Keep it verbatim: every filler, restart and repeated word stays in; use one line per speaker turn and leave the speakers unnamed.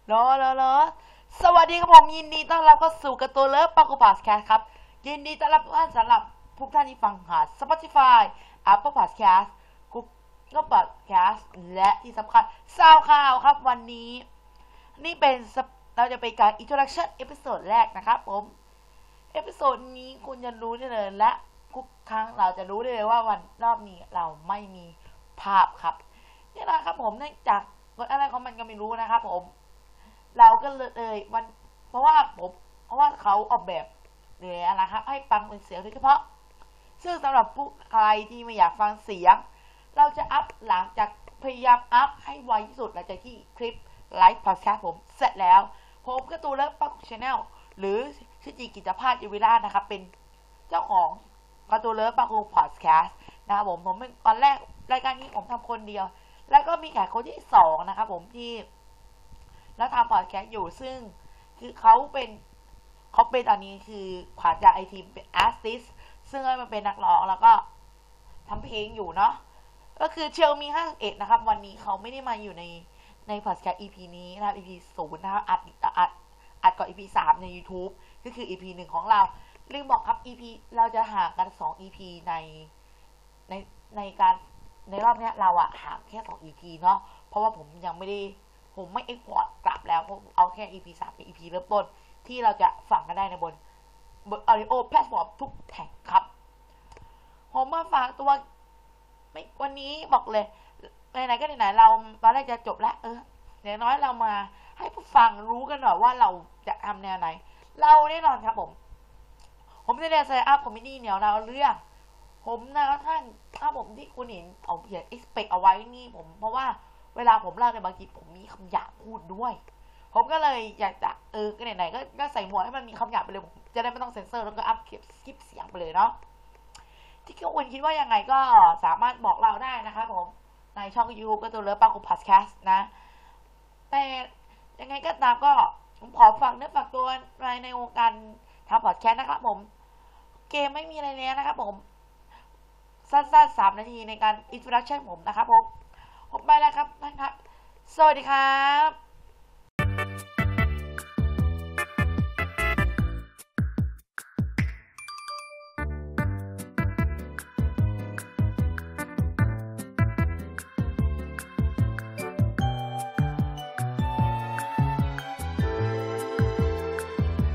รอรอรอสวัสดีครับผมยินดีต้อนรับเข้าสู่การ์ตูนเลิฟปังกูพอดแคสต์ครับยินดีต้อนรับทุกท่านสำหรับทุกท่านที่ฟังผ่าน Spotify Apple Podcast Google Podcast และที่สำคัญซาวคลาวครับวันนี้นี่เป็นเราจะไปการ Introduction เอพิโซดแรกนะครับผมเอพิโซดนี้คุณจะรู้ได้เลยและทุกครั้งเราจะรู้ได้เลยว่าวันรอบนี้เราไม่มีภาพครับนี่นะครับผมเนื่องจากกฎอะไรของมันก็ไม่รู้นะครับผมเราก็เลยมันเพราะว่าผมเพราะว่าเขาออกแบบเลยนะครับให้ฟังเป็นเสียงโดยเฉพาะซึ่งสำหรับผู้ใครที่ไม่อยากฟังเสียงเราจะอัพหลังจากพยายามอัพให้ไวที่สุดหลังจากที่คลิปไลฟ์พอดแคสต์ผมเสร็จแล้วผมก็ตูเลิฟปักชาแนลหรือชื่อจริงกิจภาพเยวิราชนะครับเป็นเจ้าของการ์ตูนเลิฟปักพอดแคสต์นะครับผมผมเป็นตอนแรกรายการนี้ผมทำคนเดียวแล้วก็มีแขกคนที่สองนะครับผมที่แล้วทำพอดแคสต์อยู่ซึ่งคือเขาเป็นเขาเป็นตอนนี้คือผ่านจากไอทีมเป็นอาร์ติสซึ่งมันเป็นนักร้องแล้วก็ทำเพลงอยู่เนาะก็คือเชลมีห้าสิบเอ็ดนะครับวันนี้เขาไม่ได้มาอยู่ในในพอดแคสต์ อี พี นี้นะครับ อี พี ศูนย์นะครับอัดอัดอัดก่อน อี พี สามใน YouTube ก็คือ อี พี หนึ่งของเราลืมบอกครับ อี พี เราจะห่างกันสอง อี พี ในในในการในรอบนี้เราอะห่างแค่สอง อี พี เนาะเพราะว่าผมยังไม่ได้ผมไม่เอ็กพอร์ตกลับแล้วผมเอาแค่ อี พี สามกับ อี พี เริ่มต้นที่เราจะฟังกันได้ในบนบน Audio Platform ทุกแห่งครับผมมาฝากตัวไม่วันนี้บอกเลยไหนๆก็ไหนๆเราตอนแรกจะจบแล้วเอออย่างน้อยเรามาให้ผู้ฟังรู้กันหน่อยว่าเราจะทำแนวไหนเราแน่นอนครับผมผมจะเรียนไซอัพคอมเมดี้แนวเราเรื่องผมนะครับท่านถ้าผมที่คุณเห็นเอาเขียน expect เอาไว้นี่ผมเพราะว่าเวลาผมเล่าในบางทีผมมีคำหยาบพูดด้วยผมก็เลยอยากจะเออก็ไหนๆก็ก็ใส่หมวกให้มันมีคำหยาบไปเลยผมจะได้ไม่ต้องเซ็นเซอร์แล้วก็อัพคลิปคลิปเสียงไปเลยเนาะที่คุณคิดว่ายังไงก็สามารถบอกเราได้นะครับผมในช่อง YouTube ก็ตัวเลิฟปังกูพอดแคสต์นะแต่ยังไงก็ตามก็ผมขอฝากเนื้อฝากตัวในวงการทำพอดแคสต์นะครับผมเกมไม่มีอะไรแล้วนะครับผมสั้นๆสามนาทีในการ introduction ผมนะครับผมผมไปแล้วครับท่านครับสวัสดีครับ